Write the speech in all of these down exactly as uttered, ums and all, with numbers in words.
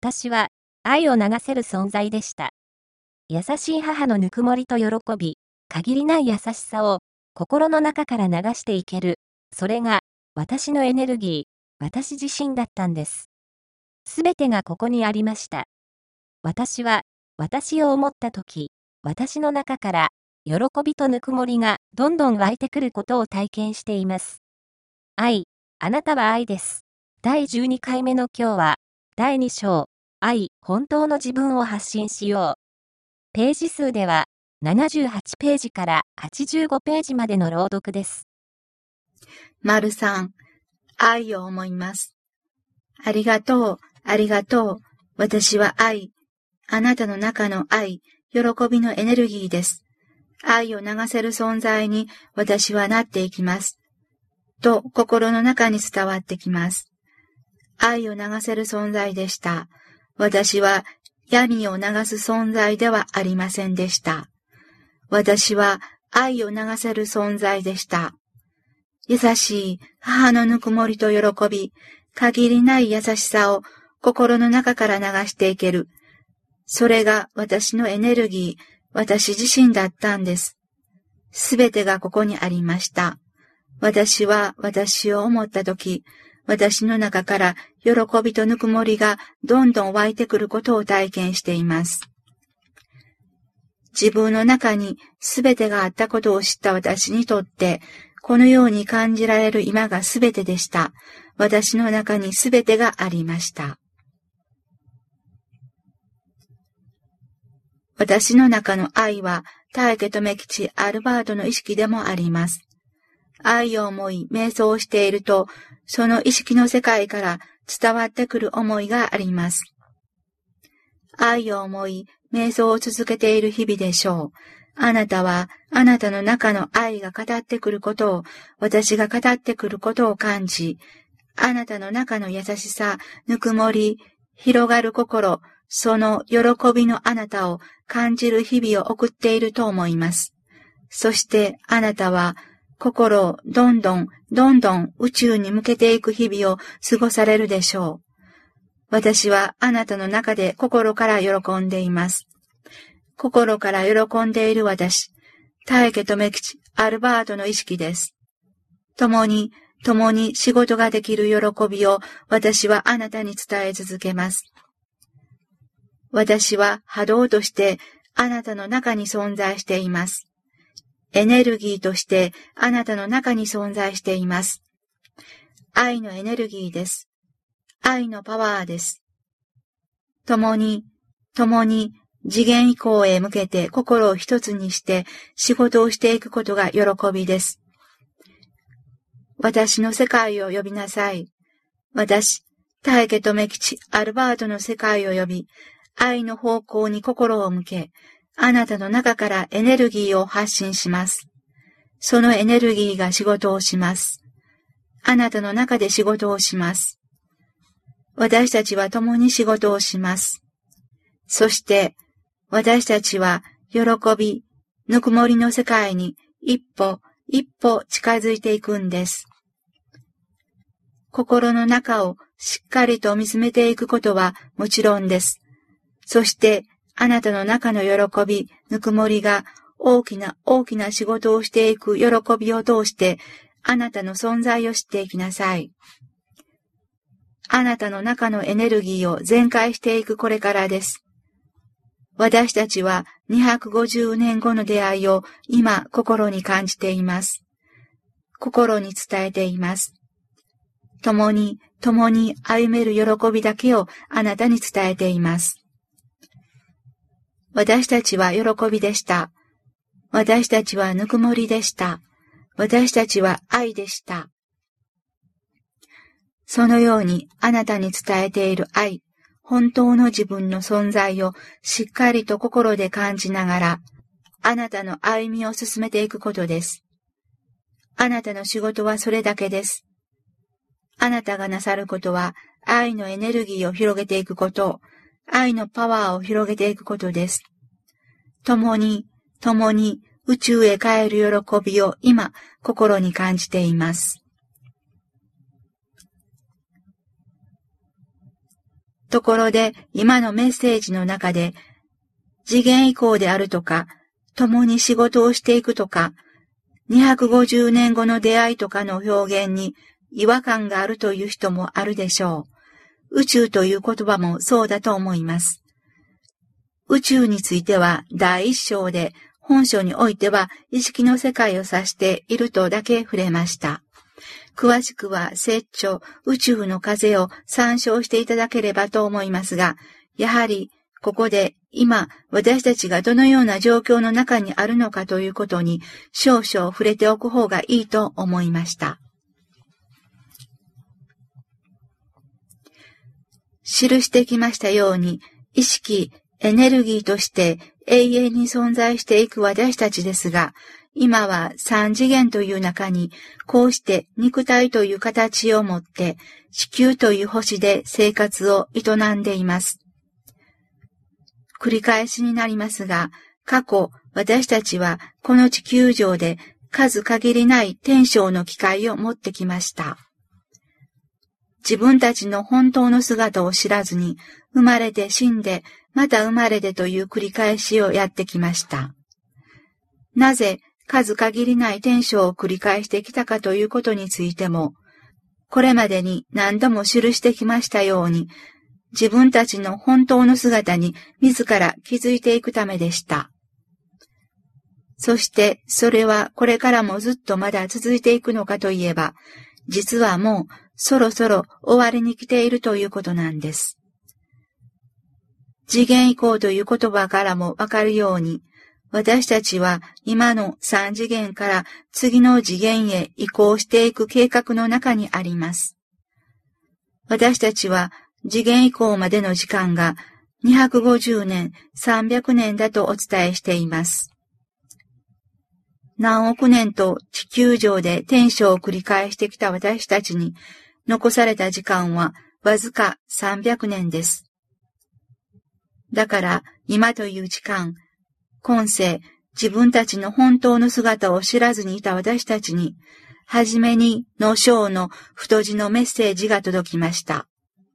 私は愛を流せる存在でした。優しい母のぬくもりと喜び、限りない優しさを心の中から流していける。それが私のエネルギー、私自身だったんです。すべてがここにありました。私は私を思ったとき、私の中から喜びとぬくもりがどんどん湧いてくることを体験しています。愛、あなたは愛です。だいじゅうにかいめの今日は、だいに章、愛、本当の自分を発信しよう。ページ数では、ななじゅうはちページからはちじゅうごページまでの朗読です。 丸さん、愛を思います。ありがとう、ありがとう。私は愛。あなたの中の愛、喜びのエネルギーです。愛を流せる存在に私はなっていきます。と心の中に伝わってきます。愛を流せる存在でした。私は闇を流す存在ではありませんでした。私は愛を流せる存在でした。優しい母のぬくもりと喜び、限りない優しさを心の中から流していける。それが私のエネルギー、私自身だったんです。すべてがここにありました。私は私を思ったとき、私の中から喜びとぬくもりがどんどん湧いてくることを体験しています。自分の中にすべてがあったことを知った私にとって、このように感じられる今がすべてでした。私の中にすべてがありました。私の中の愛は、大家留吉アルバートの意識でもあります。愛を思い、瞑想をしていると、その意識の世界から伝わってくる思いがあります。愛を思い、瞑想を続けている日々でしょう。あなたは、あなたの中の愛が語ってくることを、私が語ってくることを感じ、あなたの中の優しさ、ぬくもり、広がる心、その喜びのあなたを感じる日々を送っていると思います。そしてあなたは心をどんどんどんどん宇宙に向けていく日々を過ごされるでしょう。私はあなたの中で心から喜んでいます。心から喜んでいる私、大家留吉アルバートの意識です。共に共に仕事ができる喜びを私はあなたに伝え続けます。私は波動としてあなたの中に存在しています。エネルギーとしてあなたの中に存在しています。愛のエネルギーです。愛のパワーです。共に、共に次元以降へ向けて心を一つにして仕事をしていくことが喜びです。私の世界を呼びなさい。私、大家留吉アルバートの世界を呼び、愛の方向に心を向け、あなたの中からエネルギーを発信します。そのエネルギーが仕事をします。あなたの中で仕事をします。私たちは共に仕事をします。そして、私たちは喜び、ぬくもりの世界に一歩一歩近づいていくんです。心の中をしっかりと見つめていくことはもちろんです。そして、あなたの中の喜び、ぬくもりが大きな大きな仕事をしていく喜びを通して、あなたの存在を知っていきなさい。あなたの中のエネルギーを全開していくこれからです。私たちはにひゃくごじゅうねんごの出会いを今心に感じています。心に伝えています。共に、共に歩める喜びだけをあなたに伝えています。私たちは喜びでした。私たちはぬくもりでした。私たちは愛でした。そのようにあなたに伝えている愛、本当の自分の存在をしっかりと心で感じながら、あなたの歩みを進めていくことです。あなたの仕事はそれだけです。あなたがなさることは愛のエネルギーを広げていくこと、愛のパワーを広げていくことです。共に、共に宇宙へ帰る喜びを今、心に感じています。 ところで今のメッセージの中で、次元移行であるとか、共に仕事をしていくとか、にひゃくごじゅうねんごの出会いとかの表現に違和感があるという人もあるでしょう。宇宙という言葉もそうだと思います。宇宙については第一章で、本書においては意識の世界を指しているとだけ触れました。詳しくは説著宇宙の風を参照していただければと思いますが、やはりここで今私たちがどのような状況の中にあるのかということに少々触れておく方がいいと思いました。記してきましたように、意識、エネルギーとして永遠に存在していく私たちですが、今は三次元という中に、こうして肉体という形を持って、地球という星で生活を営んでいます。繰り返しになりますが、過去、私たちはこの地球上で数限りない天正の機会を持ってきました。自分たちの本当の姿を知らずに、生まれて死んで、また生まれてという繰り返しをやってきました。なぜ数限りない天正を繰り返してきたかということについても、これまでに何度も記してきましたように、自分たちの本当の姿に自ら気づいていくためでした。そしてそれはこれからもずっとまだ続いていくのかといえば、実はもうそろそろ終わりに来ているということなんです。次元移行という言葉からもわかるように、私たちは今の三次元から次の次元へ移行していく計画の中にあります。私たちは次元移行までの時間がにひゃくごじゅうねん、さんびゃくねんだとお伝えしています。何億年と地球上で天正を繰り返してきた私たちに残された時間はわずかさんびゃくねんです。だから今という時間、今世、自分たちの本当の姿を知らずにいた私たちに、はじめにの章の太字のメッセージが届きました。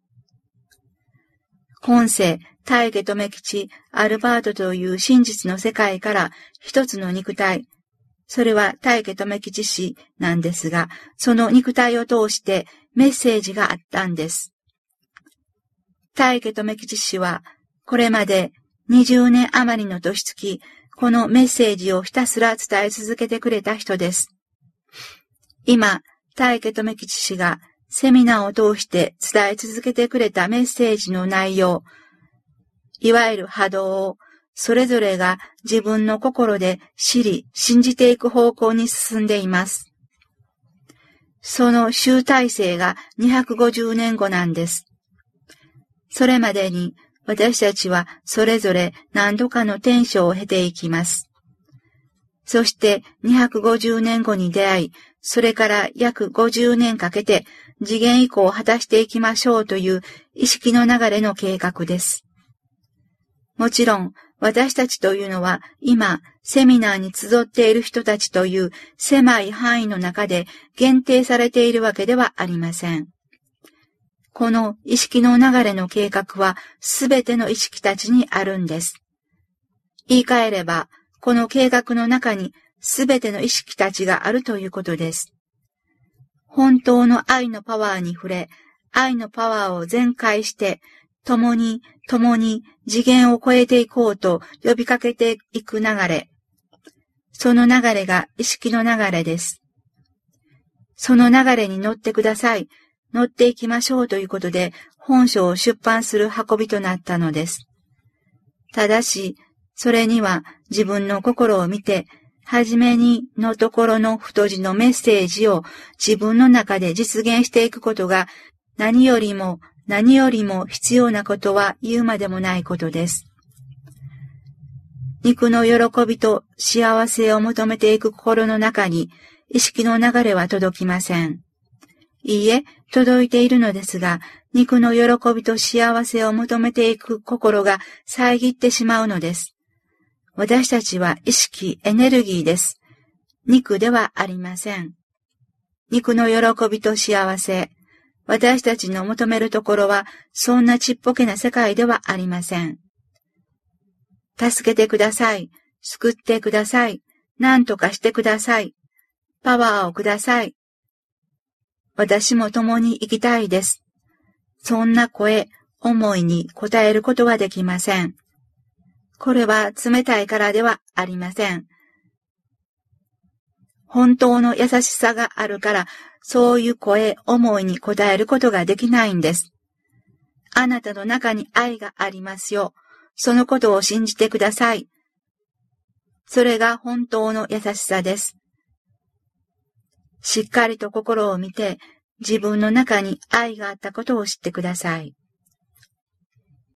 今世、大家留吉、アルバートという真実の世界から一つの肉体、それは大家留吉氏なんですが、その肉体を通してメッセージがあったんです。大家留吉氏は、これまでにじゅうねん余りの年月、このメッセージをひたすら伝え続けてくれた人です。今、大家留吉氏がセミナーを通して伝え続けてくれたメッセージの内容、いわゆる波動をそれぞれが自分の心で知り、信じていく方向に進んでいます。その集大成がにひゃくごじゅうねんごなんです。それまでに私たちはそれぞれ何度かの天正を経ていきます。そしてにひゃくごじゅうねんごに出会い、それから約ごじゅうねんかけて次元移行を果たしていきましょうという意識の流れの計画です。もちろん私たちというのは今セミナーに集っている人たちという狭い範囲の中で限定されているわけではありません。この意識の流れの計画はすべての意識たちにあるんです。言い換えれば、この計画の中にすべての意識たちがあるということです。本当の愛のパワーに触れ、愛のパワーを全開して、共に共に次元を超えていこうと呼びかけていく流れ。その流れが意識の流れです。その流れに乗ってください。乗っていきましょうということで本書を出版する運びとなったのです。ただし、それには自分の心を見て、はじめにのところの太字のメッセージを自分の中で実現していくことが何よりも何よりも必要なことは言うまでもないことです。肉の喜びと幸せを求めていく心の中に意識の流れは届きません。いいえ、届いているのですが、肉の喜びと幸せを求めていく心が遮ってしまうのです。私たちは意識、エネルギーです。肉ではありません。肉の喜びと幸せ、 私たちの求めるところは、そんなちっぽけな世界ではありません。助けてください。救ってください。何とかしてください。パワーをください。私も共に生きたいです。そんな声、思いに応えることはできません。これは冷たいからではありません。本当の優しさがあるから、そういう声、思いに応えることができないんです。あなたの中に愛がありますよ。そのことを信じてください。それが本当の優しさです。しっかりと心を見て、自分の中に愛があったことを知ってください。